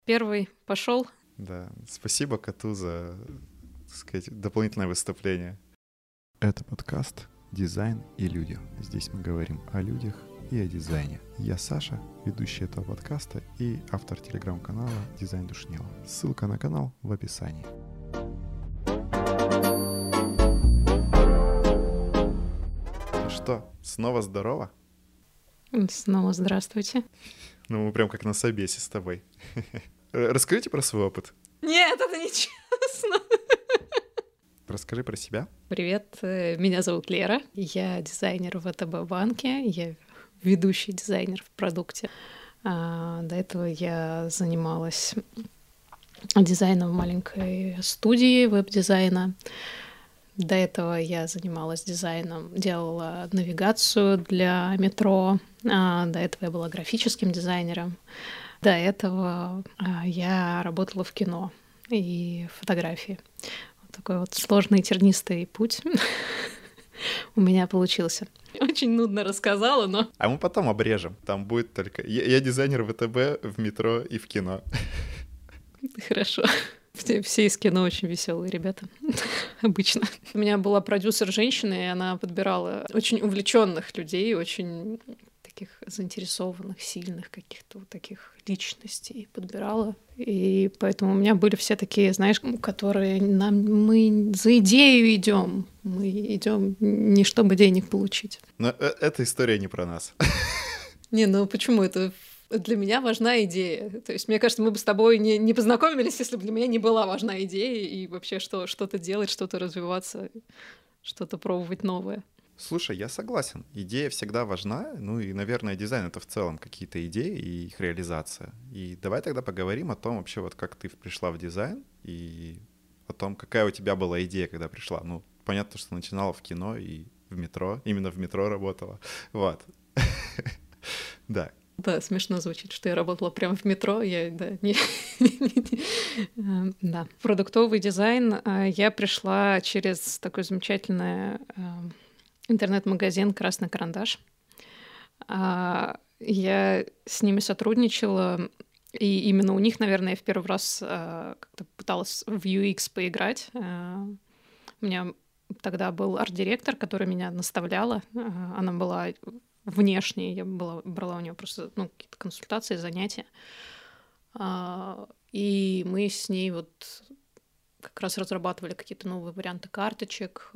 Первый пошел. Да, спасибо коту за, так сказать, дополнительное выступление. Это подкаст «Дизайн и люди». Здесь мы говорим о людях и о дизайне. Я Саша, ведущий этого подкаста и автор телеграм-канала «Дизайн Душнила». Ссылка на канал в описании. Ну что, снова здорово? Снова здравствуйте. Ну, мы прям как на собесе с тобой. Расскажите про свой опыт. Нет, это нечестно. Расскажи про себя. Привет, меня зовут Лера. Я дизайнер в ВТБ банке. Я ведущий дизайнер в продукте. До этого я занималась дизайном в маленькой студии веб-дизайна. До этого я занималась дизайном, делала навигацию для метро. До этого я была графическим дизайнером. До этого я работала в кино и фотографии. Вот такой вот сложный тернистый путь у меня получился. Очень нудно рассказала, но... А мы потом обрежем. Там будет только... Я дизайнер ВТБ в метро и в кино. Хорошо. Все из кино очень веселые ребята. Обычно. У меня была продюсер женщина, и она подбирала очень увлеченных людей, очень таких заинтересованных, сильных каких-то вот таких личностей подбирала. И поэтому у меня были все такие, знаешь, которые мы за идею идем. Мы идем не чтобы денег получить. Но эта история не про нас. Не, ну почему это? Для меня важна идея. То есть, мне кажется, мы бы с тобой не познакомились, если бы для меня не была важна идея и вообще что-то делать, что-то развиваться, что-то пробовать новое. Слушай, я согласен. Идея всегда важна. Ну и, наверное, дизайн — это в целом какие-то идеи и их реализация. И давай тогда поговорим о том вообще, вот как ты пришла в дизайн и о том, какая у тебя была идея, когда пришла. Ну, понятно, что начинала в кино и в метро. Именно в метро работала. Вот. Да. Да, смешно звучит, что я работала прямо в метро. Да. Продуктовый дизайн я пришла через такой замечательный интернет-магазин «Красный карандаш». Я с ними сотрудничала, и именно у них, наверное, я в первый раз как-то пыталась в UX поиграть. У меня тогда был арт-директор, который меня наставляла. Она была внешней, я брала у нее просто какие-то консультации, занятия. И мы с ней вот как раз разрабатывали какие-то новые варианты карточек.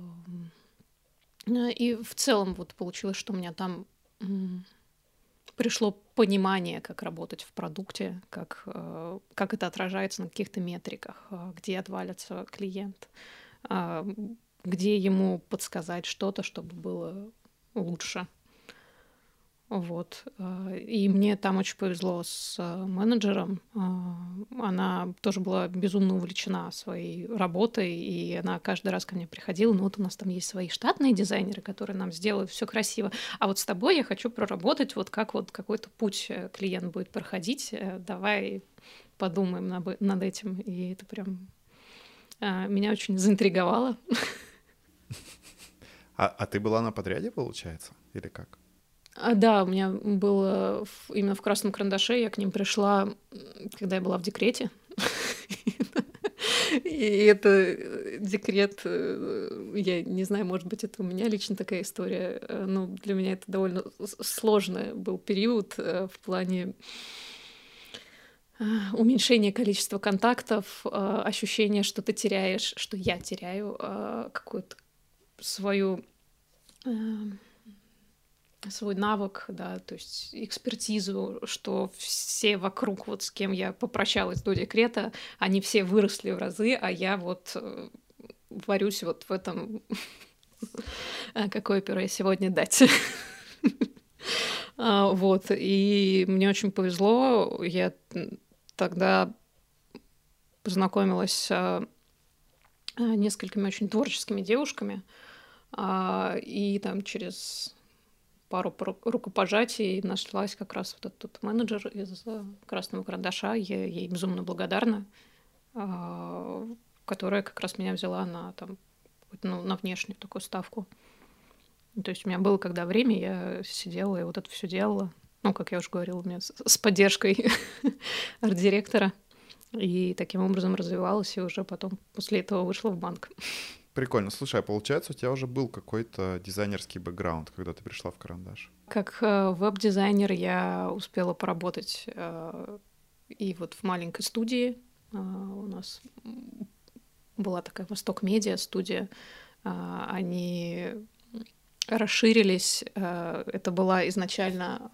И в целом вот получилось, что у меня там пришло понимание, как работать в продукте, как это отражается на каких-то метриках, где отвалится клиент, где ему подсказать что-то, чтобы было лучше. Вот. И мне там очень повезло с менеджером. Она тоже была безумно увлечена своей работой, и она каждый раз ко мне приходила. Ну вот у нас там есть свои штатные дизайнеры, которые нам сделают все красиво. А вот с тобой я хочу проработать, вот как вот какой-то путь клиент будет проходить. Давай подумаем над этим. И это прям меня очень заинтриговало. А ты была на подряде, получается? Или как? Да, у меня было именно в «Красном карандаше», я к ним пришла, когда я была в декрете. И это декрет, я не знаю, может быть, это у меня лично такая история, но для меня это довольно сложный был период в плане уменьшения количества контактов, ощущения, что ты теряешь, что я теряю какую-то свой навык, да, то есть экспертизу, что все вокруг, вот с кем я попрощалась до декрета, они все выросли в разы, а я вот варюсь вот в этом, какое пюре сегодня дать. Вот, и мне очень повезло, я тогда познакомилась с несколькими очень творческими девушками, и там через пару рукопожатий нашлась как раз вот этот менеджер из «Красного карандаша». Я ей безумно благодарна, которая как раз меня взяла на внешнюю такую ставку. То есть у меня было когда время, я сидела и вот это все делала. Ну, как я уже говорила, у меня с поддержкой арт-директора. И таким образом развивалась, и уже потом после этого вышла в банк. Прикольно. Слушай, а получается, у тебя уже был какой-то дизайнерский бэкграунд, когда ты пришла в Карандаш? Как веб-дизайнер я успела поработать и вот в маленькой студии. У нас была такая «Восток Медиа» студия. Они расширились. Это была изначально...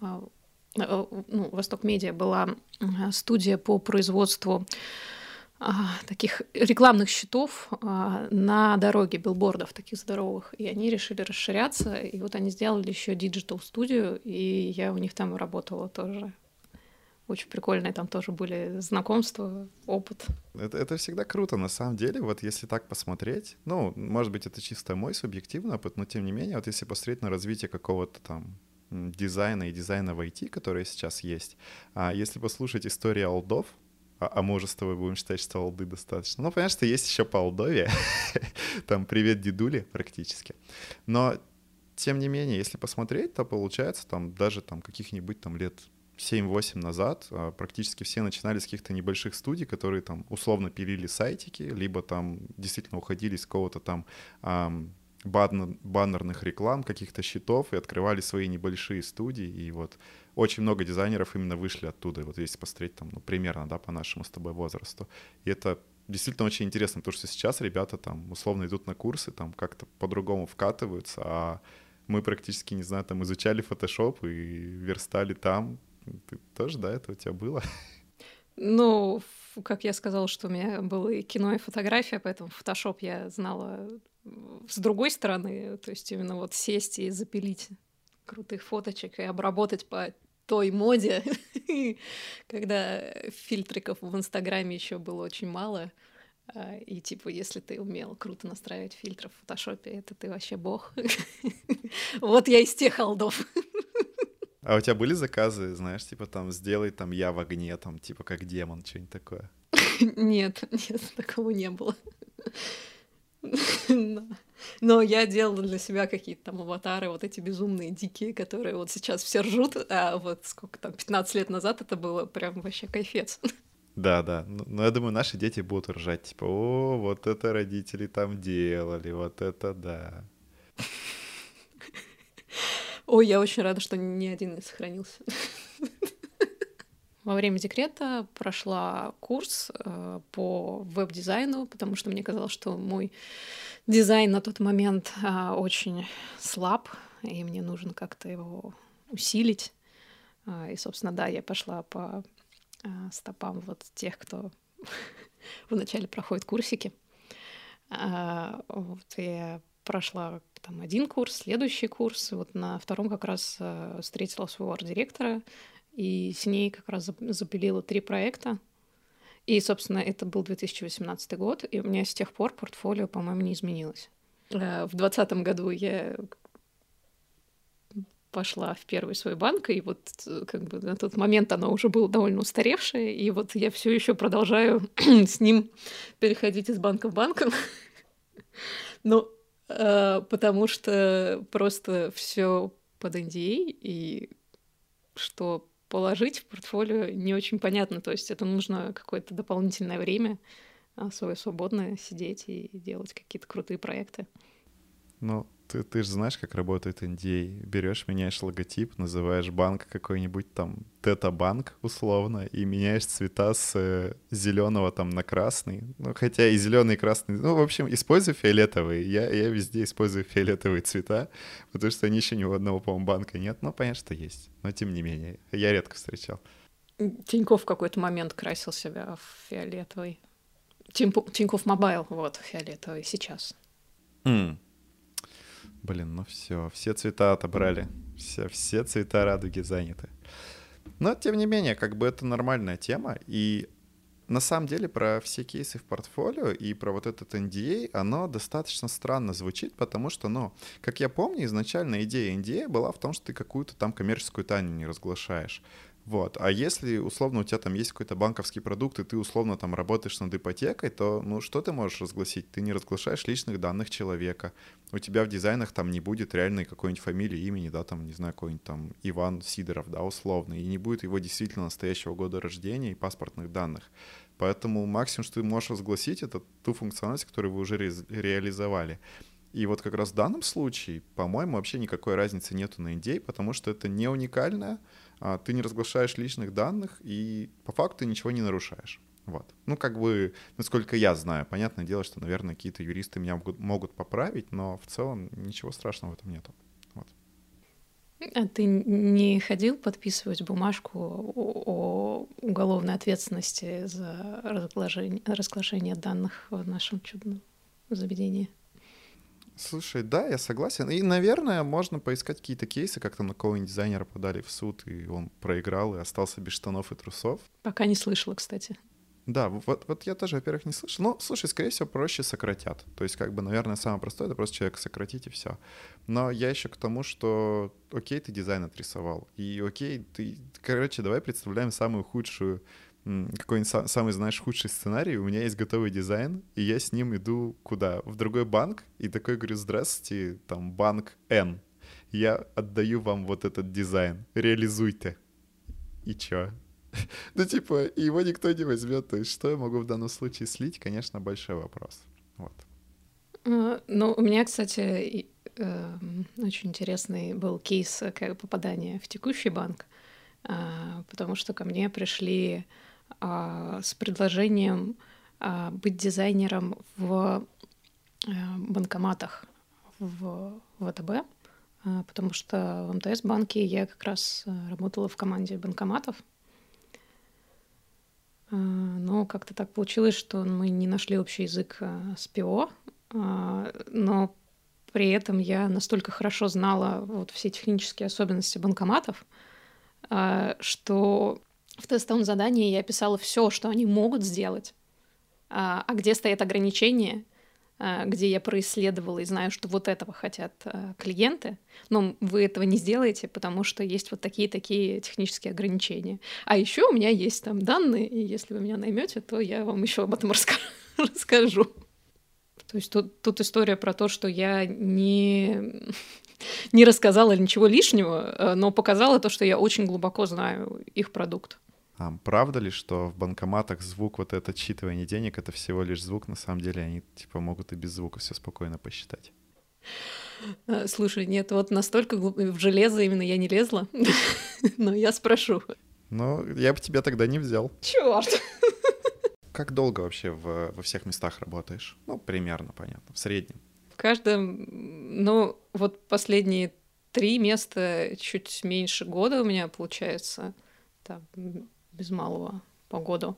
«Восток Медиа» была студия по производству таких рекламных щитов на дороге, билбордов таких здоровых. И они решили расширяться. И вот они сделали еще диджитал-студию, и я у них там работала тоже. Очень прикольные там тоже были знакомства, опыт. Это всегда круто, на самом деле, вот если так посмотреть, ну, может быть, это чисто мой субъективный опыт, но тем не менее, вот если посмотреть на развитие какого-то там дизайна и дизайна в IT, которые сейчас есть, если послушать истории олдов, а мы уже с тобой будем считать, что олды достаточно. Ну, понятно, что есть еще по олдове, там привет дедули практически. Но, тем не менее, если посмотреть, то получается там даже там каких-нибудь там лет 7-8 назад практически все начинали с каких-то небольших студий, которые там условно пилили сайтики, либо там действительно уходили из какого-то там баннерных реклам, каких-то счетов и открывали свои небольшие студии. И вот очень много дизайнеров именно вышли оттуда. И вот если посмотреть там, ну, примерно, да, по нашему с тобой возрасту. И это действительно очень интересно, потому что сейчас ребята там условно идут на курсы, там как-то по-другому вкатываются, а мы практически, не знаю, там изучали Photoshop и верстали там. Ты тоже, да, это у тебя было? Ну, как я сказала, что у меня было и кино, и фотография, поэтому Photoshop я знала с другой стороны, то есть именно вот сесть и запилить крутых фоточек и обработать по той моде, когда фильтриков в Инстаграме еще было очень мало. И типа, если ты умел круто настраивать фильтры в фотошопе, это ты вообще бог. Вот я из тех олдов. А у тебя были заказы, знаешь, типа там сделай там я в огне, там типа как демон, что-нибудь такое? Нет, такого не было. Но я делала для себя какие-то там аватары, вот эти безумные, дикие, которые вот сейчас все ржут, а вот сколько там, 15 лет назад это было прям вообще кайфец. Да. Но я думаю, наши дети будут ржать, типа, о, вот это родители там делали, вот это да. Ой, я очень рада, что ни один не сохранился. Во время декрета прошла курс по веб-дизайну, потому что мне казалось, что мой дизайн на тот момент очень слаб, и мне нужно как-то его усилить. И, собственно, да, я пошла по стопам вот тех, кто вначале проходит курсики. Вот я прошла там один курс, следующий курс. Вот на втором как раз встретила своего арт-директора, и с ней как раз запилила 3 проекта. И, собственно, это был 2018 год, и у меня с тех пор портфолио, по-моему, не изменилось. В 2020 году я пошла в первый свой банк, и вот как бы на тот момент оно уже было довольно устаревшее, и вот я все еще продолжаю с ним переходить из банка в банк. Ну, потому что просто все под NDA, и что положить в портфолио не очень понятно. То есть это нужно какое-то дополнительное время свое свободное сидеть и делать какие-то крутые проекты. Ну, ты же знаешь, как работает NDA. Берешь, меняешь логотип, называешь банк какой-нибудь там Тета-банк условно, и меняешь цвета с зеленого там на красный. Ну, хотя и зеленый, и красный. Ну, в общем, используй фиолетовые. Я везде использую фиолетовые цвета, потому что они еще ни у одного, по-моему, банка нет. Ну, понятно, что есть. Но тем не менее, я редко встречал. Тинькофф в какой-то момент красил себя в фиолетовый. Тинькофф Мобайл, вот, фиолетовый сейчас. Блин, ну все цвета отобрали, все цвета радуги заняты. Но, тем не менее, как бы это нормальная тема, и на самом деле про все кейсы в портфолио и про вот этот NDA, оно достаточно странно звучит, потому что, ну, как я помню, изначально идея NDA была в том, что ты какую-то там коммерческую тайну не разглашаешь. Вот. А если, условно, у тебя там есть какой-то банковский продукт, и ты, условно, там работаешь над ипотекой, то, ну, что ты можешь разгласить? Ты не разглашаешь личных данных человека. У тебя в дизайнах там не будет реальной какой-нибудь фамилии, имени, да, там, не знаю, какой-нибудь там Иван Сидоров, да, условно, и не будет его действительно настоящего года рождения и паспортных данных. Поэтому максимум, что ты можешь разгласить, это ту функциональность, которую вы уже реализовали. И вот как раз в данном случае, по-моему, вообще никакой разницы нету на NDA, потому что это не уникальное, ты не разглашаешь личных данных и по факту ты ничего не нарушаешь. Вот. Ну, как бы, насколько я знаю, понятное дело, что, наверное, какие-то юристы меня могут поправить, но в целом ничего страшного в этом нету. Вот. А ты не ходил подписывать бумажку о уголовной ответственности за разглашение данных в нашем чудном заведении? Слушай, да, я согласен. И, наверное, можно поискать какие-то кейсы, как там на какого-нибудь дизайнера подали в суд, и он проиграл и остался без штанов и трусов. Пока не слышала, кстати. Да, вот я тоже, во-первых, не слышал. Ну, слушай, скорее всего, проще сократят. То есть, как бы, наверное, самое простое — это просто человека сократить и все. Но я еще к тому, что окей, ты дизайн отрисовал. И окей, ты... Короче, давай представляем самую худшую, какой-нибудь самый, знаешь, худший сценарий. У меня есть готовый дизайн, и я с ним иду куда? В другой банк, и такой говорю: здравствуйте, там, банк N. Я отдаю вам вот этот дизайн. Реализуйте. И чё? Ну, типа, его никто не возьмет. То есть, что я могу в данном случае слить, конечно, большой вопрос. Вот. Ну, у меня, кстати, очень интересный был кейс попадания в текущий банк, потому что ко мне пришли с предложением быть дизайнером в банкоматах в ВТБ, потому что в МТС-банке я как раз работала в команде банкоматов. Но как-то так получилось, что мы не нашли общий язык с ПО, но при этом я настолько хорошо знала вот все технические особенности банкоматов, что в тестовом задании я писала все, что они могут сделать, а где стоят ограничения, где я происследовала и знаю, что вот этого хотят клиенты, но вы этого не сделаете, потому что есть вот такие технические ограничения. А еще у меня есть там данные, и если вы меня наймете, то я вам еще об этом расскажу. То есть тут история про то, что я не рассказала ничего лишнего, но показала то, что я очень глубоко знаю их продукт. Правда ли, что в банкоматах звук, вот это отсчитывание денег, это всего лишь звук? На самом деле они типа могут и без звука все спокойно посчитать. Слушай, нет, вот настолько в железо именно я не лезла, но я спрошу. Ну, я бы тебя тогда не взял. Чёрт! Как долго вообще во всех местах работаешь? Ну, примерно, понятно, в среднем. В каждом, ну, вот последние 3 места чуть меньше года у меня получается, там, без малого по году.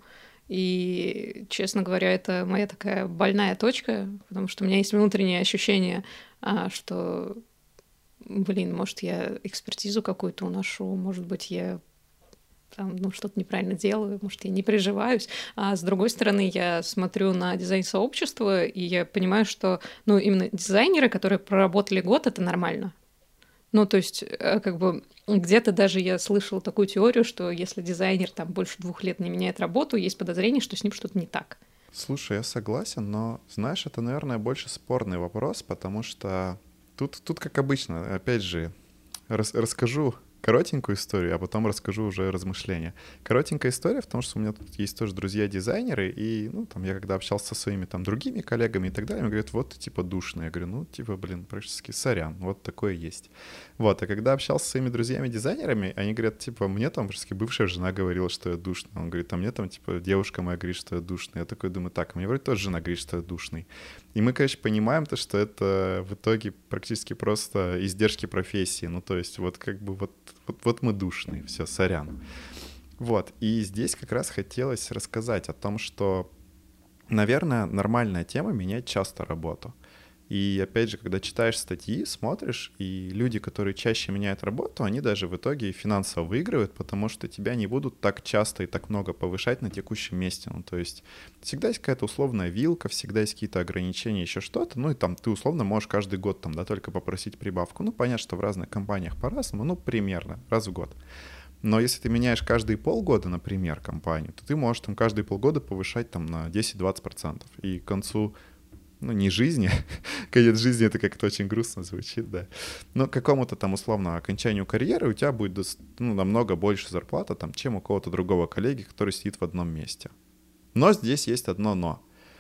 И, честно говоря, это моя такая больная точка, потому что у меня есть внутреннее ощущение, что, может, я экспертизу какую-то уношу, может быть, я там, что-то неправильно делаю, может, я не приживаюсь. А с другой стороны, я смотрю на дизайн-сообщество, и я понимаю, что, именно дизайнеры, которые проработали год, это нормально. Ну, то есть, как бы, где-то даже я слышала такую теорию, что если дизайнер там больше 2 лет не меняет работу, есть подозрение, что с ним что-то не так. Слушай, я согласен, но, знаешь, это, наверное, больше спорный вопрос, потому что тут как обычно, опять же, расскажу коротенькую историю, а потом расскажу уже размышления. Коротенькая история в том, что у меня тут есть тоже друзья-дизайнеры, и, там, я когда общался со своими там другими коллегами и так далее, мне говорят: вот ты, типа, душный. Я говорю: практически сорян, вот такое есть. Вот, а когда общался со своими друзьями-дизайнерами, они говорят, типа, мне там практически бывшая жена говорила, что я душный. Он говорит: а мне там, типа, девушка моя говорит, что я душный. Я такой думаю: так, мне вроде тоже жена говорит, что я душный. И мы, конечно, понимаем то, что это в итоге практически просто издержки профессии. Ну, то есть вот как бы вот мы душные, все, сорян. Вот, и здесь как раз хотелось рассказать о том, что, наверное, нормальная тема — менять часто работу. И опять же, когда читаешь статьи, смотришь, и люди, которые чаще меняют работу, они даже в итоге финансово выигрывают, потому что тебя не будут так часто и так много повышать на текущем месте. Ну, то есть всегда есть какая-то условная вилка, всегда есть какие-то ограничения, еще что-то. Ну и там ты условно можешь каждый год там, да, только попросить прибавку. Ну, понятно, что в разных компаниях по-разному, ну, примерно раз в год. Но если ты меняешь каждые полгода, например, компанию, то ты можешь там каждые полгода повышать там на 10-20%. И к концу, ну, не жизни, конец жизни — это как-то очень грустно звучит, да, но к какому-то там условно окончанию карьеры у тебя будет намного больше зарплата, там, чем у кого-то другого коллеги, который сидит в одном месте. Но здесь есть одно «но».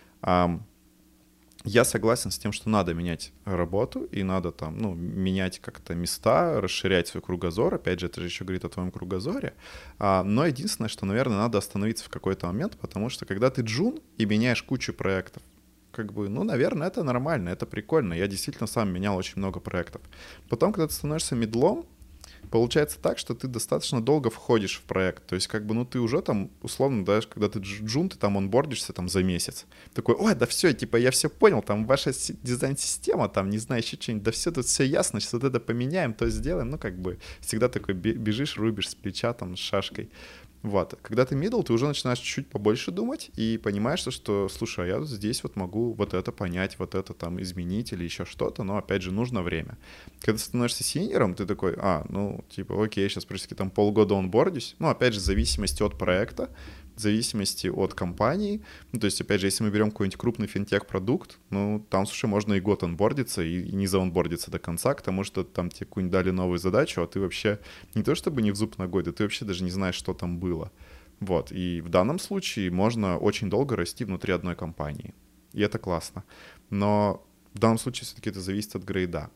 Я согласен с тем, что надо менять работу и надо там, ну, менять как-то места, расширять свой кругозор. Опять же, это же еще говорит о твоем кругозоре. Но единственное, что, наверное, надо остановиться в какой-то момент, потому что когда ты джун и меняешь кучу проектов, как бы, ну, наверное, это нормально, это прикольно. Я действительно сам менял очень много проектов. Потом, когда ты становишься мидлом, получается так, что ты достаточно долго входишь в проект. То есть, как бы, ну, ты уже там, условно, даже когда ты джун, ты там онбордишься там за месяц. Такой, ой, да все, типа, я все понял, там ваша дизайн-система, там, не знаю, еще что-нибудь, да все тут все ясно, сейчас вот это поменяем, то сделаем. Ну, как бы, всегда такой бежишь, рубишь с плеча там с шашкой. Вот. Когда ты middle, ты уже начинаешь чуть-чуть побольше думать и понимаешь, что, слушай, а я здесь вот могу вот это понять, вот это там изменить или еще что-то, но, опять же, нужно время. Когда ты становишься синьором, ты такой, ну, типа, окей, сейчас практически там полгода онбордюсь, ну, опять же, в зависимости от проекта, в зависимости от компании. Ну, то есть, опять же, если мы берем какой-нибудь крупный финтех-продукт, ну, там, слушай, можно и год онбордиться, и не заонбордиться до конца, потому что там тебе какую-нибудь дали новую задачу, а ты вообще не то чтобы не в зуб ногой, да ты вообще даже не знаешь, что там было. Вот, и в данном случае можно очень долго расти внутри одной компании. И это классно. Но в данном случае все-таки это зависит от грейда.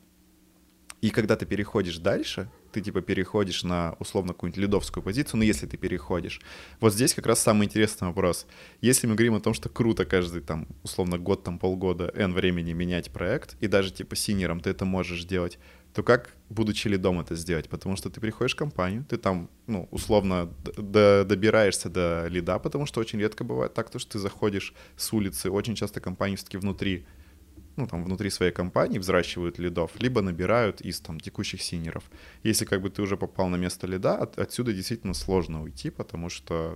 И когда ты переходишь дальше, ты типа переходишь на условно какую-нибудь лидовскую позицию, ну если ты переходишь. Вот здесь как раз самый интересный вопрос. Если мы говорим о том, что круто каждый там условно год, там полгода, N времени менять проект, и даже типа синьором ты это можешь делать, то как, будучи лидом, это сделать? Потому что ты приходишь в компанию, ты там, ну, условно добираешься до лида, потому что очень редко бывает так, что ты заходишь с улицы, очень часто компании все-таки внутри, ну, там, внутри своей компании взращивают лидов, либо набирают из там текущих синьоров. Если как бы ты уже попал на место лида, отсюда действительно сложно уйти, потому что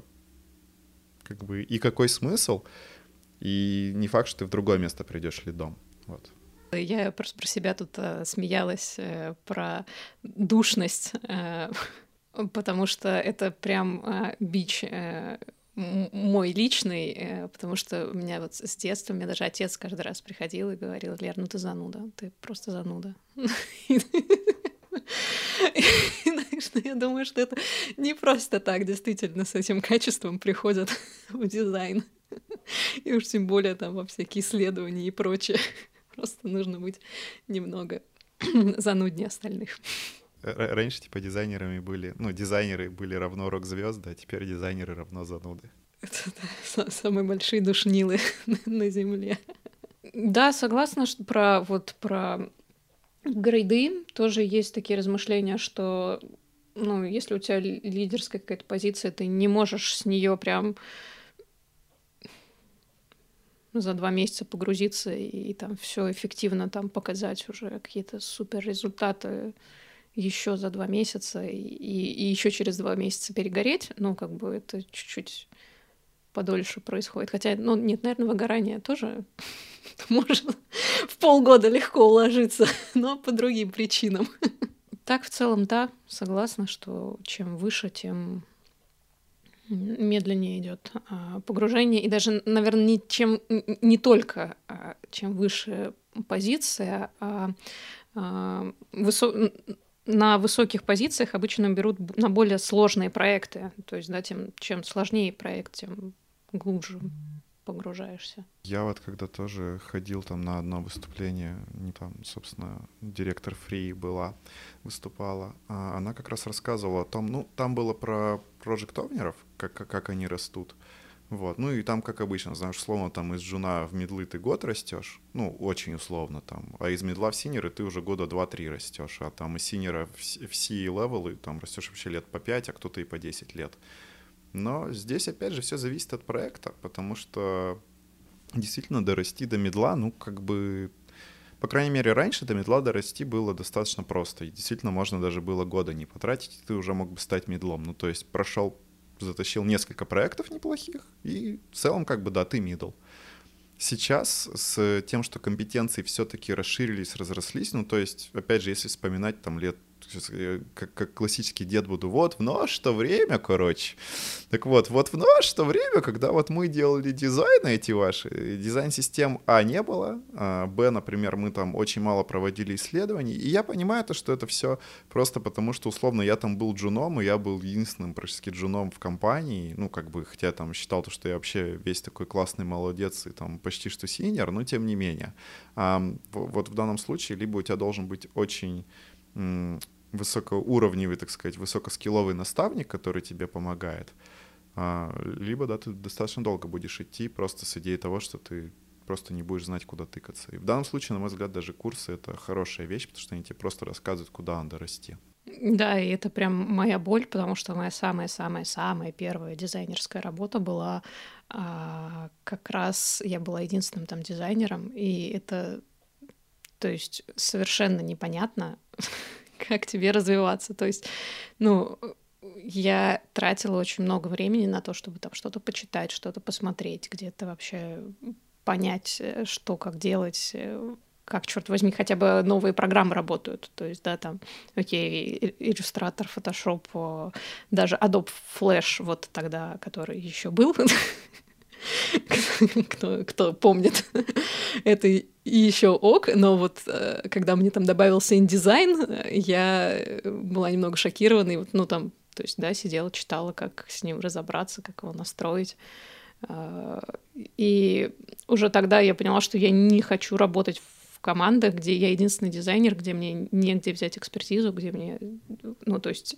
как бы и какой смысл, и не факт, что ты в другое место придешь лидом. Вот. Я просто про себя тут смеялась, про душность, потому что это прям бич мой личный, потому что у меня вот с детства, мне даже отец каждый раз приходил и говорил: Лер, ну ты зануда, ты просто зануда. Я думаю, что это не просто так действительно с этим качеством приходят в дизайн. И уж тем более там во всякие исследования и прочее. Просто нужно быть немного зануднее остальных. Раньше, типа, дизайнерами были... Ну, дизайнеры были равно рок-звезды, а теперь дизайнеры равно зануды. Это да, самые большие душнилы на Земле. Да, согласна, что про грейды тоже есть такие размышления, что, ну, если у тебя лидерская какая-то позиция, ты не можешь с нее прям за 2 месяца погрузиться и там все эффективно там показать уже какие-то супер результаты еще за 2 месяца и еще через 2 месяца перегореть, ну, как бы это чуть-чуть подольше происходит. Хотя, ну, нет, наверное, выгорание тоже может в полгода легко уложиться, но по другим причинам. Так, в целом, да, согласна, что чем выше, тем медленнее идет погружение. И даже, наверное, не только чем выше позиция, на высоких позициях обычно берут на более сложные проекты. То есть, да, чем сложнее проект, тем глубже погружаешься. Я вот когда тоже ходил там на одно выступление, не там, собственно, директор Free выступала, она как раз рассказывала о том, ну, там было про проект-овнеров, как они растут. Вот. Ну и там, как обычно, знаешь, условно, там из джуна в мидлы ты год растешь, ну, очень условно там, а из мидла в синеры ты уже года 2-3 растешь, а там из синера в C-левелы там растешь вообще лет по 5, а кто-то и по 10 лет. Но здесь, опять же, все зависит от проекта, потому что действительно дорасти до мидла, ну, как бы, по крайней мере, раньше до мидла дорасти было достаточно просто, и действительно можно даже было года не потратить, и ты уже мог бы стать мидлом, ну, то есть затащил несколько проектов неплохих, и в целом, как бы, да, ты мидл. Сейчас с тем, что компетенции все-таки расширились, разрослись, ну, то есть, опять же, если вспоминать там лет сейчас как классический дед буду, вот в наше-то время, короче. Так вот в наше-то время, когда вот мы делали дизайны эти ваши, дизайн-систем не было, Б, например, мы там очень мало проводили исследований, и я понимаю то, что это все просто потому, что, условно, я там был джуном, и я был единственным практически джуном в компании, ну, как бы, хотя там считал то, что я вообще весь такой классный молодец и там почти что синьор, но тем не менее. Вот в данном случае либо у тебя должен быть очень высокоуровневый, так сказать, высокоскилловый наставник, который тебе помогает, либо, да, ты достаточно долго будешь идти просто с идеей того, что ты просто не будешь знать, куда тыкаться. И в данном случае, на мой взгляд, даже курсы — это хорошая вещь, потому что они тебе просто рассказывают, куда надо расти. Да, и это прям моя боль, потому что моя самая-самая-самая первая дизайнерская работа была как раз я была единственным там дизайнером, и это, то есть, совершенно непонятно, как тебе развиваться. То есть, ну, я тратила очень много времени на то, чтобы там что-то почитать, что-то посмотреть, где-то вообще понять, что, как делать, как, черт возьми, хотя бы новые программы работают. То есть, да, там, окей, Illustrator, Photoshop, даже Adobe Flash, вот тогда, который еще был, кто помнит, это и еще ок, но вот когда мне там добавился InDesign, я была немного шокирована, и вот, ну, там, то есть, да, сидела, читала, как с ним разобраться, как его настроить. И уже тогда я поняла, что я не хочу работать в командах, где я единственный дизайнер, где мне негде взять экспертизу, где мне... Ну, то есть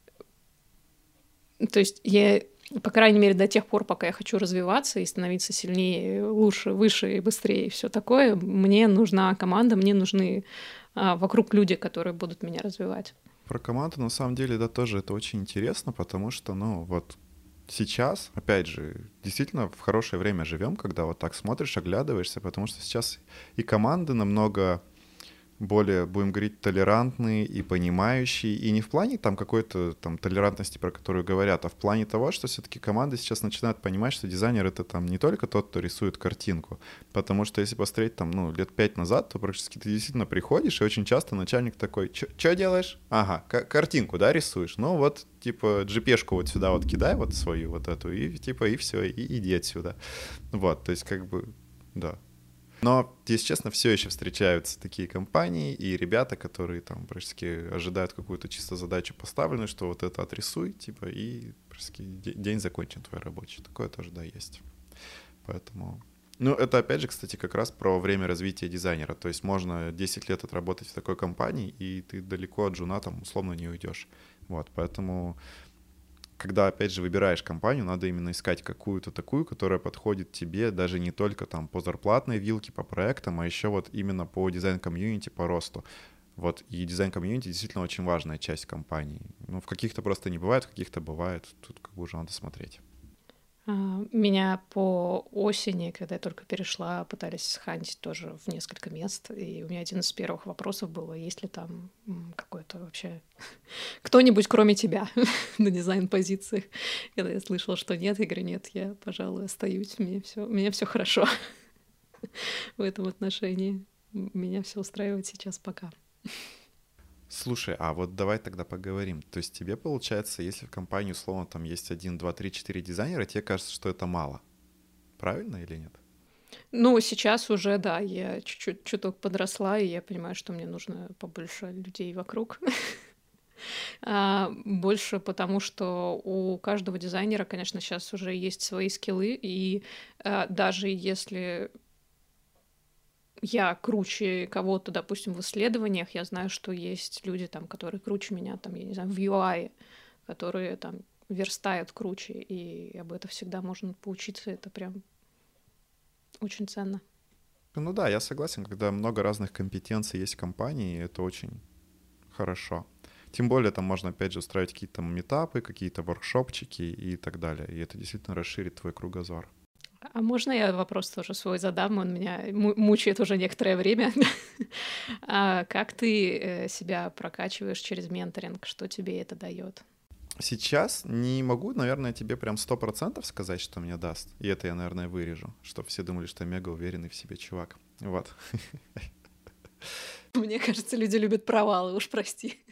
я, по крайней мере, до тех пор, пока я хочу развиваться и становиться сильнее, лучше, выше и быстрее и все такое, мне нужна команда, мне нужны вокруг люди, которые будут меня развивать. Про команду, на самом деле, да, тоже это очень интересно, потому что, ну, вот сейчас, опять же, действительно в хорошее время живем, когда вот так смотришь, оглядываешься, потому что сейчас и команды намного более, будем говорить, толерантные и понимающие, и не в плане там какой-то там толерантности, про которую говорят, а в плане того, что все-таки команды сейчас начинают понимать, что дизайнер — это там не только тот, кто рисует картинку, потому что если посмотреть там, ну, лет 5 назад, то практически ты действительно приходишь, и очень часто начальник такой: что делаешь? Ага, картинку, да, рисуешь? Ну вот, типа, GP-шку вот сюда вот кидай, вот свою вот эту, и типа, и все, и иди отсюда. Вот, то есть как бы, да. Но, если честно, все еще встречаются такие компании и ребята, которые там практически ожидают какую-то чисто задачу поставленную, что вот это отрисуй, типа, и практически день закончен твой рабочий. Такое тоже, да, есть. Поэтому... Ну, это, опять же, кстати, как раз про время развития дизайнера. То есть можно 10 лет отработать в такой компании, и ты далеко от джуна там условно не уйдешь. Вот, поэтому... Когда, опять же, выбираешь компанию, надо именно искать какую-то такую, которая подходит тебе даже не только там по зарплатной вилке, по проектам, а еще вот именно по дизайн-комьюнити, по росту. Вот, и дизайн-комьюнити действительно очень важная часть компании. Ну, в каких-то просто не бывает, в каких-то бывает. Тут как бы уже надо смотреть. Меня по осени, когда я только перешла, пытались схантить тоже в несколько мест. И у меня один из первых вопросов было, есть ли там какой-то вообще кто-нибудь, кроме тебя, на дизайн-позициях. Когда я слышала, что нет, я говорю: нет, я, пожалуй, остаюсь, мне все хорошо в этом отношении. Меня все устраивает сейчас пока. Слушай, а вот давай тогда поговорим. То есть тебе получается, если в компании условно там есть 1, 2, 3, 4 дизайнера, тебе кажется, что это мало. Правильно или нет? Ну, сейчас уже, да, я чуть-чуть чуток подросла, и я понимаю, что мне нужно побольше людей вокруг. Больше потому, что у каждого дизайнера, конечно, сейчас уже есть свои скиллы, и даже если я круче кого-то, допустим, в исследованиях, я знаю, что есть люди, там, которые круче меня, там, я не знаю, в UI, которые там верстают круче, и об этом всегда можно поучиться, это прям очень ценно. Ну да, я согласен, когда много разных компетенций есть в компании, это очень хорошо. Тем более там можно, опять же, устраивать какие-то митапы, какие-то воркшопчики и так далее. И это действительно расширит твой кругозор. А можно я вопрос тоже свой задам? Он меня мучает уже некоторое время. Как ты себя прокачиваешь через менторинг? Что тебе это дает? Сейчас не могу, наверное, тебе прям 100% сказать, что мне даст. И это я, наверное, вырежу, чтобы все думали, что я мега уверенный в себе чувак. Вот. Мне кажется, люди любят провалы, уж прости.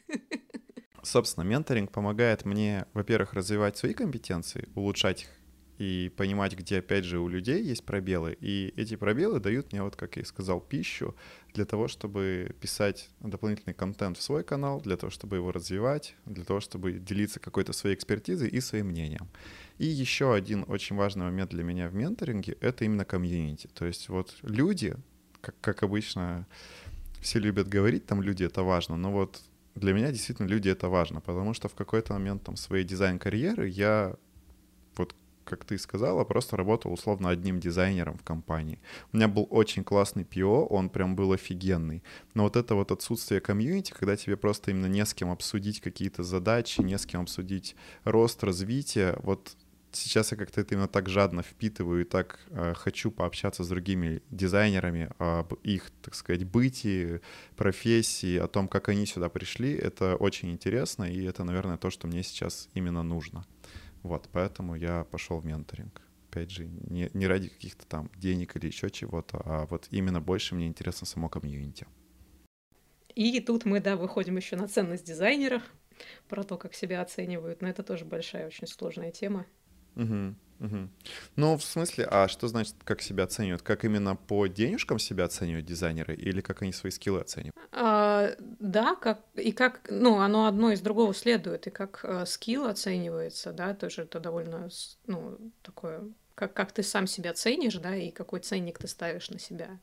Собственно, менторинг помогает мне, во-первых, развивать свои компетенции, улучшать их и понимать, где, опять же, у людей есть пробелы. И эти пробелы дают мне, вот как я и сказал, пищу для того, чтобы писать дополнительный контент в свой канал, для того, чтобы его развивать, для того, чтобы делиться какой-то своей экспертизой и своим мнением. И еще один очень важный момент для меня в менторинге — это именно комьюнити. То есть вот люди, как обычно все любят говорить, там люди — это важно, но вот для меня действительно люди — это важно, потому что в какой-то момент там своей дизайн-карьеры я, вот как ты сказала, просто работал условно одним дизайнером в компании. У меня был очень классный PO, он прям был офигенный. Но вот это вот отсутствие комьюнити, когда тебе просто именно не с кем обсудить какие-то задачи, не с кем обсудить рост, развитие, вот сейчас я как-то это именно так жадно впитываю и так хочу пообщаться с другими дизайнерами об их, так сказать, бытии, профессии, о том, как они сюда пришли. Это очень интересно, и это, наверное, то, что мне сейчас именно нужно. Вот, поэтому я пошел в менторинг. Опять же, не ради каких-то там денег или еще чего-то, а вот именно больше мне интересно само комьюнити. И тут мы, да, выходим еще на ценность дизайнеров, про то, как себя оценивают, но это тоже большая, очень сложная тема. Угу, угу. Ну, в смысле, а что значит, как себя оценивают? Как именно по денежкам себя оценивают дизайнеры или как они свои скиллы оценивают? Да, как, ну, оно одно из другого следует, и как скилл оценивается, да, тоже это довольно, ну, такое, как ты сам себя ценишь, да, и какой ценник ты ставишь на себя.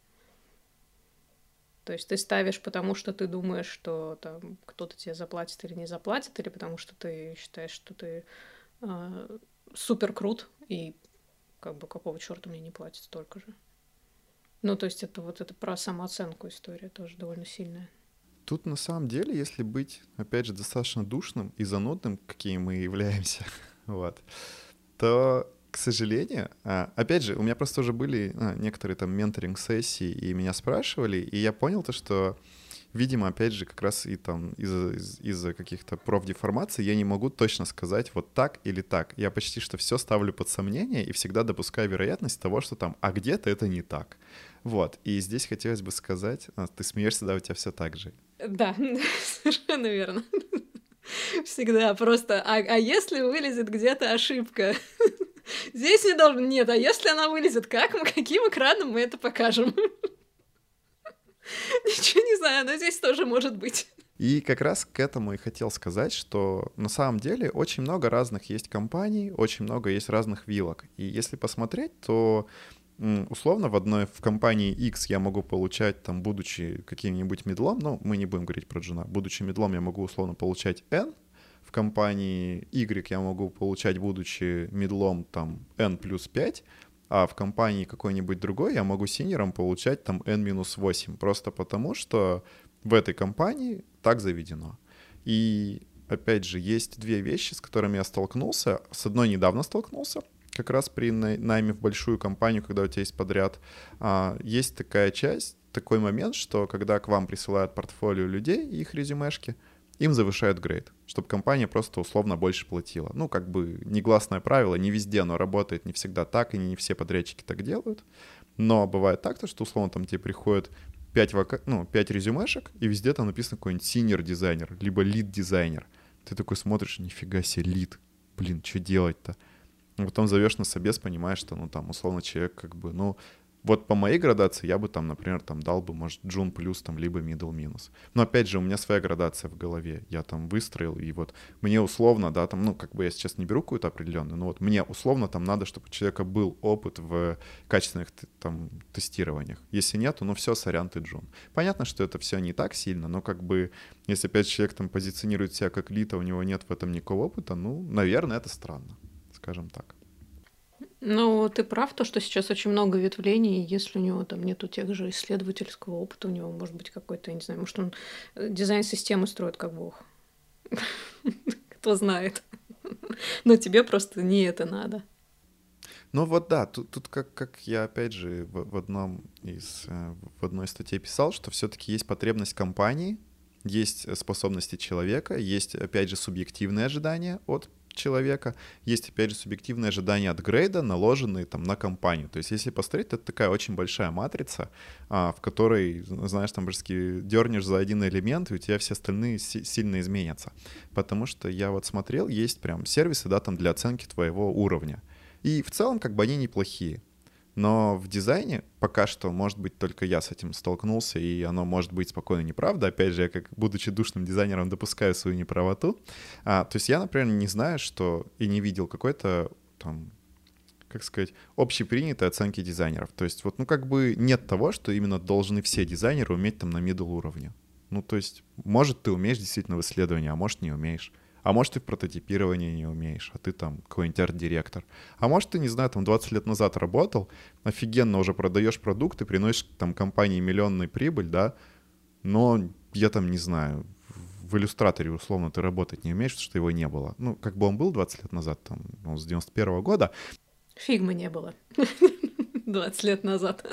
То есть ты ставишь, потому что ты думаешь, что там кто-то тебе заплатит или не заплатит, или потому что ты считаешь, что ты супер крут, и как бы какого черта мне не платят столько же. Ну, то есть это про самооценку история тоже довольно сильная. Тут на самом деле, если быть, опять же, достаточно душным и занудным, какие мы являемся, вот, то, к сожалению, опять же, у меня просто уже были некоторые там менторинг-сессии, и меня спрашивали, и я понял то, что, видимо, опять же, как раз и там из-за каких-то профдеформаций я не могу точно сказать вот так или так. Я почти что все ставлю под сомнение и всегда допускаю вероятность того, что там, а где-то это не так. Вот, и здесь хотелось бы сказать, ты смеешься, да, у тебя все так же. Да, совершенно верно. Всегда просто, а если вылезет где-то ошибка? Здесь не должен... Нет, а если она вылезет, каким экраном мы это покажем? Ничего не знаю, но здесь тоже может быть. И как раз к этому и хотел сказать, что на самом деле очень много разных есть компаний, очень много есть разных вилок. И если посмотреть, то условно в компании X я могу получать, там, будучи каким-нибудь медлом, ну, мы не будем говорить про джуна, будучи медлом я могу условно получать N, в компании Y я могу получать, будучи медлом, там, N плюс 5, а в компании какой-нибудь другой я могу синьором получать там N-8, просто потому что в этой компании так заведено. И, опять же, есть две вещи, с которыми я столкнулся. С одной недавно столкнулся, как раз при найме в большую компанию, когда у тебя есть подряд. Есть такая часть, такой момент, что когда к вам присылают портфолио людей и их резюмешки, им завышают грейд, чтобы компания просто условно больше платила. Ну, как бы негласное правило, не везде оно работает, не всегда так, и не все подрядчики так делают. Но бывает так, что условно там тебе приходит 5 резюмешек, и везде там написано какой-нибудь senior-дизайнер, либо lead-дизайнер. Ты такой смотришь, нифига себе, lead. Блин, что делать-то? А потом зовешь на собес, понимаешь, что, ну, там, условно, человек как бы, ну, вот по моей градации я бы там, например, там дал бы, может, джун плюс, там, либо middle минус. Но опять же, у меня своя градация в голове. Я там выстроил, и вот мне условно, да, там, ну, как бы я сейчас не беру какую-то определенную, но вот мне условно там надо, чтобы у человека был опыт в качественных там тестированиях. Если нет, ну все, сорян, ты джун. Понятно, что это все не так сильно, но как бы, если опять человек там позиционирует себя как лид, а у него нет в этом никакого опыта, ну, наверное, это странно, скажем так. Ну, ты прав, то, что сейчас очень много ветвлений, и если у него там нету тех же исследовательского опыта, у него может быть какой-то, я не знаю, может он дизайн-системы строит как бог. Кто знает. Но тебе просто не это надо. Ну вот да, тут как я опять же в одной статье писал, что все-таки есть потребность компании, есть способности человека, есть опять же субъективные ожидания от человека, есть, опять же, субъективные ожидания от грейда, наложенные там на компанию. То есть если посмотреть, это такая очень большая матрица, в которой, знаешь, там, дернешь за один элемент, и у тебя все остальные сильно изменятся. Потому что я вот смотрел, есть прям сервисы, да, там для оценки твоего уровня. И в целом, как бы, они неплохие. Но в дизайне пока что, может быть, только я с этим столкнулся, и оно может быть спокойно неправда. Опять же, я, как будучи душным дизайнером, допускаю свою неправоту. То есть я, например, не знаю, что и не видел какой-то там, как сказать, общепринятой оценки дизайнеров. То есть вот, ну, как бы нет того, что именно должны все дизайнеры уметь там на middle уровне. Ну, то есть, может, ты умеешь действительно в исследовании, а может, не умеешь. А может, ты в прототипировании не умеешь, а ты там какой-нибудь арт-директор. А может, ты, не знаю, там 20 лет назад работал, офигенно уже продаешь продукты, приносишь там компании миллионную прибыль, да, но я там, не знаю, в иллюстраторе, условно, ты работать не умеешь, потому что его не было. Ну, как бы он был 20 лет назад, там, он с 91-го года. Фигмы не было 20 лет назад.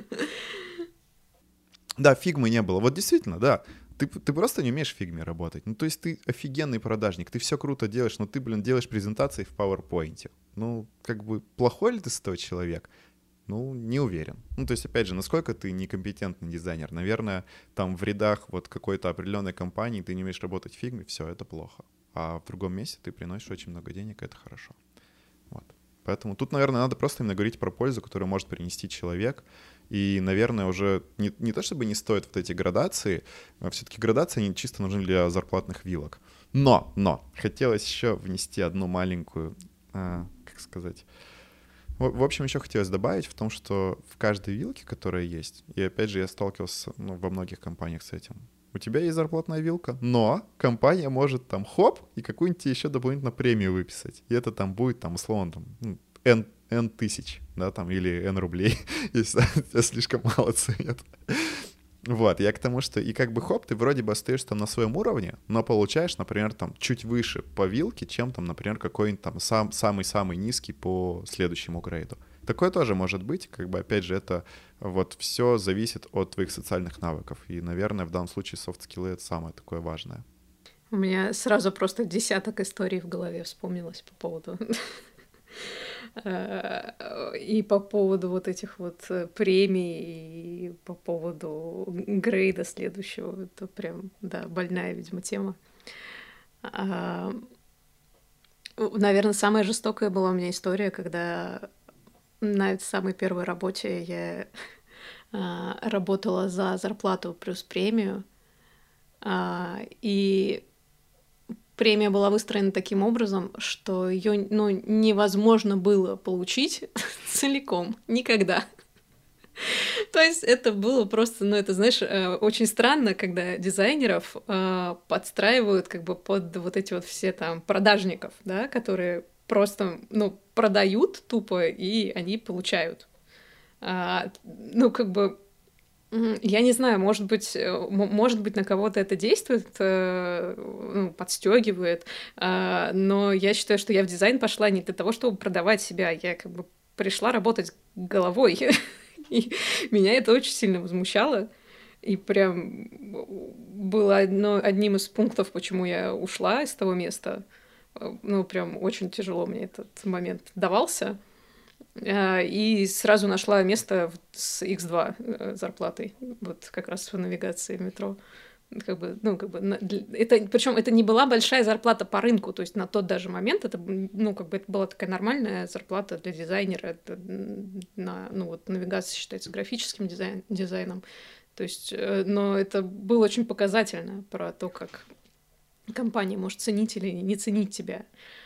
Да, фигмы не было. Вот действительно, да. Ты просто не умеешь в фигме работать. Ну, то есть ты офигенный продажник, ты все круто делаешь, но ты, блин, делаешь презентации в PowerPoint. Ну, как бы, плохой ли ты с этого человек? Ну, не уверен. Ну, то есть, опять же, насколько ты некомпетентный дизайнер? Наверное, там в рядах вот какой-то определенной компании ты не умеешь работать в фигме, все, это плохо. А в другом месте ты приносишь очень много денег, это хорошо. Вот. Поэтому тут, наверное, надо просто именно говорить про пользу, которую может принести человек. И, наверное, уже не то чтобы не стоит вот эти градации, а все-таки градации, они чисто нужны для зарплатных вилок. Но, хотелось еще внести одну маленькую, как сказать... В общем, еще хотелось добавить в том, что в каждой вилке, которая есть, и опять же я сталкивался во многих компаниях с этим, у тебя есть зарплатная вилка, но компания может там хоп и какую-нибудь тебе еще дополнительно премию выписать. И это там будет там условно там, N тысяч, да, там, или N рублей, если тебя слишком мало ценят. Вот, я к тому, что и как бы хоп, ты вроде бы остаешься там на своем уровне, но получаешь, например, там чуть выше по вилке, чем там, например, какой-нибудь там самый-самый низкий по следующему грейду. Такое тоже может быть, как бы, опять же, это вот все зависит от твоих социальных навыков. И, наверное, в данном случае софт-скиллы — это самое такое важное. У меня сразу просто десяток историй в голове вспомнилось по поводу... И по поводу вот этих вот премий, и по поводу грейда следующего. Это прям, да, больная, видимо, тема. Наверное, самая жестокая была у меня история, когда на самой первой работе я работала за зарплату плюс премию, и премия была выстроена таким образом, что ее невозможно было получить целиком никогда. То есть это было просто, это, знаешь, очень странно, когда дизайнеров подстраивают как бы под вот эти вот все там продажников, да, которые просто, продают тупо, и они получают. Как бы я не знаю, может быть, на кого-то это действует, подстегивает, но я считаю, что я в дизайн пошла не для того, чтобы продавать себя, я как бы пришла работать головой, и меня это очень сильно возмущало, и прям было одним из пунктов, почему я ушла из того места, прям очень тяжело мне этот момент давался. И сразу нашла место с X2 зарплатой, вот как раз в навигации метро. Причем это не была большая зарплата по рынку, то есть на тот даже момент это, это была такая нормальная зарплата для дизайнера. Это навигация считается графическим дизайном. То есть, но это было очень показательно про то, как компания может ценить или не ценить тебя.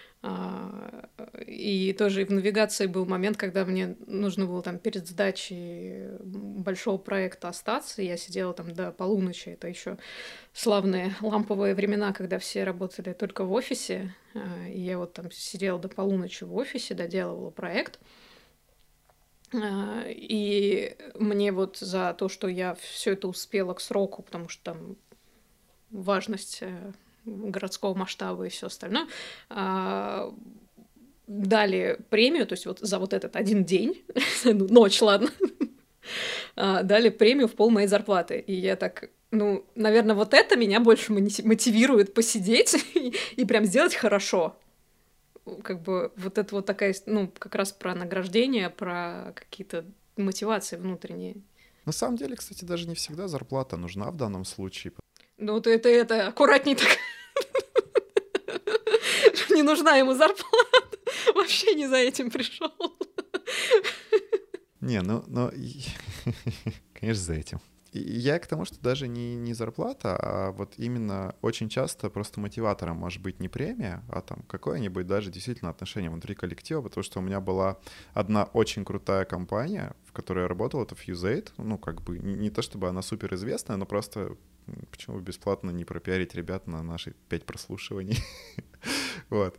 И тоже и в навигации был момент, когда мне нужно было там перед сдачей большого проекта остаться. Я сидела там до полуночи. Это еще славные ламповые времена, когда все работали только в офисе. И я вот там сидела до полуночи в офисе, доделывала проект. И мне вот за то, что я все это успела к сроку, потому что там важность городского масштаба и все остальное, дали премию, то есть вот за вот этот один день, ночь, ладно, дали премию в пол моей зарплаты. И я так, наверное, вот это меня больше мотивирует посидеть и прям сделать хорошо. как бы вот это вот такая, ну, как раз про награждение, про какие-то мотивации внутренние. На самом деле, кстати, даже не всегда зарплата нужна в данном случае. Ну, вот это аккуратней так. Не нужна ему зарплата. Вообще не за этим пришел. Не, конечно, за этим. И я к тому, что даже не зарплата, а вот именно очень часто просто мотиватором может быть не премия, а там какое-нибудь даже действительно отношение внутри коллектива, потому что у меня была одна очень крутая компания, в которой я работал, это Fuse8, ну как бы не то чтобы она суперизвестная, но просто почему бы бесплатно не пропиарить ребят на наши 5 прослушиваний. Вот.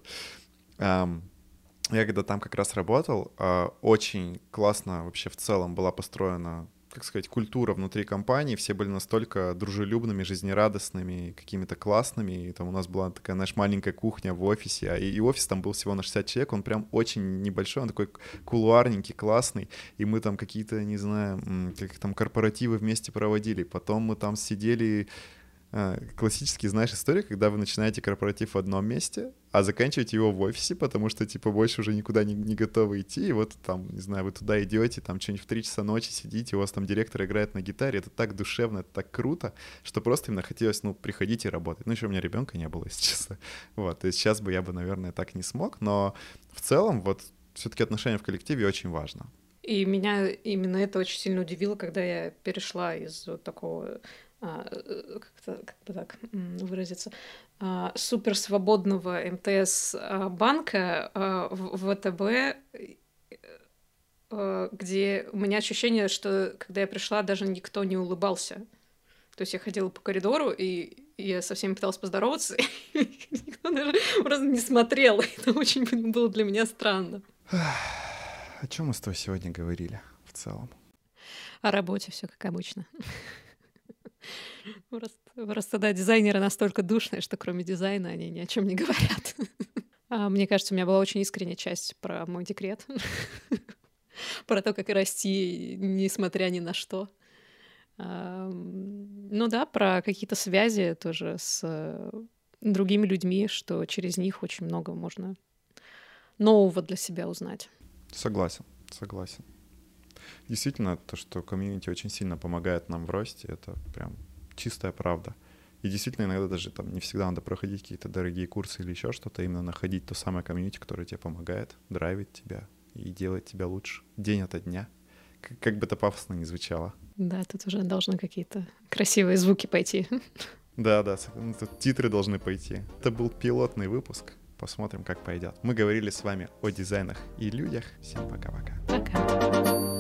Я когда там как раз работал, очень классно вообще в целом была построена, как сказать, культура внутри компании. Все были настолько дружелюбными, жизнерадостными, какими-то классными. И там у нас была такая, знаешь, маленькая кухня в офисе, и офис там был всего на 60 человек, он прям очень небольшой, он такой кулуарненький, классный. И мы там какие-то, не знаю, как там корпоративы вместе проводили. Потом мы там сидели... Классический, знаешь, история, когда вы начинаете корпоратив в одном месте, а заканчиваете его в офисе, потому что, типа, больше уже никуда не готовы идти, и вот там, не знаю, вы туда идете, там что-нибудь в 3 часа ночи сидите, у вас там директор играет на гитаре, это так душевно, это так круто, что просто именно хотелось, ну, приходить и работать. Ну, еще у меня ребенка не было, если честно. Вот, то есть сейчас бы я бы, наверное, так не смог, но в целом вот все-таки отношения в коллективе очень важно. И меня именно это очень сильно удивило, когда я перешла из вот такого... как бы так выразиться, суперсвободного МТС банка в ВТБ, где у меня ощущение, что когда я пришла, даже никто не улыбался. То есть я ходила по коридору, и я со всеми пыталась поздороваться, и никто даже просто не смотрел. Это очень было для меня странно. О чем мы с тобой сегодня говорили в целом? О работе все как обычно. Просто, да, дизайнеры настолько душные, что кроме дизайна они ни о чем не говорят. Мне кажется, у меня была очень искренняя часть про мой декрет. Про то, как расти, несмотря ни на что. Ну да, про какие-то связи тоже с другими людьми, что через них очень много можно нового для себя узнать. Согласен. Действительно, то, что комьюнити очень сильно помогает нам в росте, это прям чистая правда. И действительно, иногда даже там не всегда надо проходить какие-то дорогие курсы или еще что-то, именно находить то самое комьюнити, которое тебе помогает, драйвит тебя и делает тебя лучше день ото дня. Как бы это пафосно ни звучало. Да, тут уже должны какие-то красивые звуки пойти. Да, тут титры должны пойти. Это был пилотный выпуск. Посмотрим, как пойдет. Мы говорили с вами о дизайнах и людях. Всем пока-пока. Пока.